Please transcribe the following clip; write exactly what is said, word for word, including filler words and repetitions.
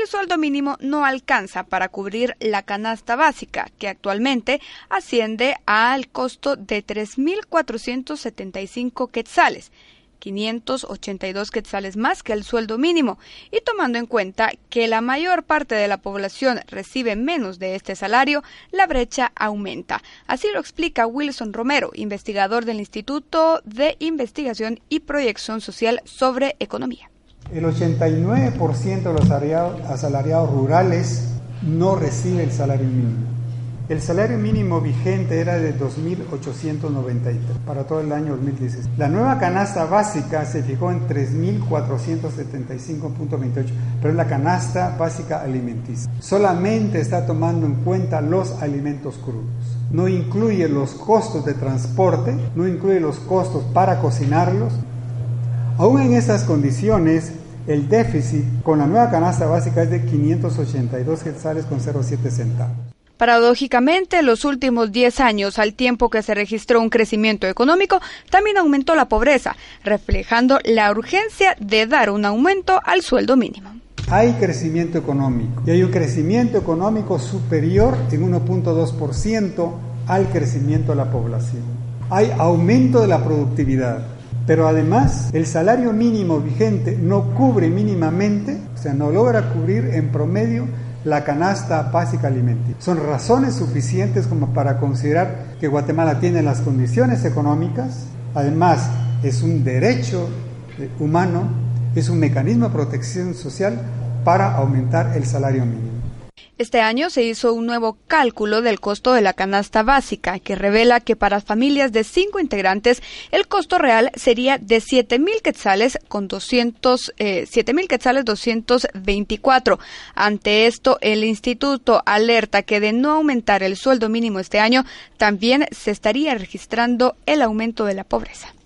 sueldo mínimo no alcanza para cubrir la canasta básica, que actualmente asciende al costo de tres mil cuatrocientos setenta y cinco quetzales, quinientos ochenta y dos quetzales más que el sueldo mínimo, y tomando en cuenta que la mayor parte de la población recibe menos de este salario, la brecha aumenta. Así lo explica Wilson Romero, investigador del Instituto de Investigación y Proyección Social sobre Economía. El ochenta y nueve por ciento de los asalariados rurales no recibe el salario mínimo. El salario mínimo vigente era de dos mil ochocientos noventa y tres para todo el año dos mil dieciséis. La nueva canasta básica se fijó en tres mil cuatrocientos setenta y cinco punto veintiocho, pero es la canasta básica alimenticia. Solamente está tomando en cuenta los alimentos crudos. No incluye los costos de transporte, no incluye los costos para cocinarlos. Aún en estas condiciones, el déficit con la nueva canasta básica es de quinientos ochenta y dos quetzales con cero punto siete centavos. Paradójicamente, los últimos diez años, al tiempo que se registró un crecimiento económico, también aumentó la pobreza, reflejando la urgencia de dar un aumento al sueldo mínimo. Hay crecimiento económico y hay un crecimiento económico superior en uno punto dos por ciento al crecimiento de la población. Hay aumento de la productividad, pero además el salario mínimo vigente no cubre mínimamente, o sea, no logra cubrir en promedio la canasta básica alimenticia. Son razones suficientes como para considerar que Guatemala tiene las condiciones económicas, además es un derecho humano, es un mecanismo de protección social para aumentar el salario mínimo. Este año se hizo un nuevo cálculo del costo de la canasta básica, que revela que para familias de cinco integrantes el costo real sería de siete mil quetzales con doscientos, eh, siete mil quetzales doscientos veinticuatro. Ante esto, el instituto alerta que de no aumentar el sueldo mínimo este año, también se estaría registrando el aumento de la pobreza.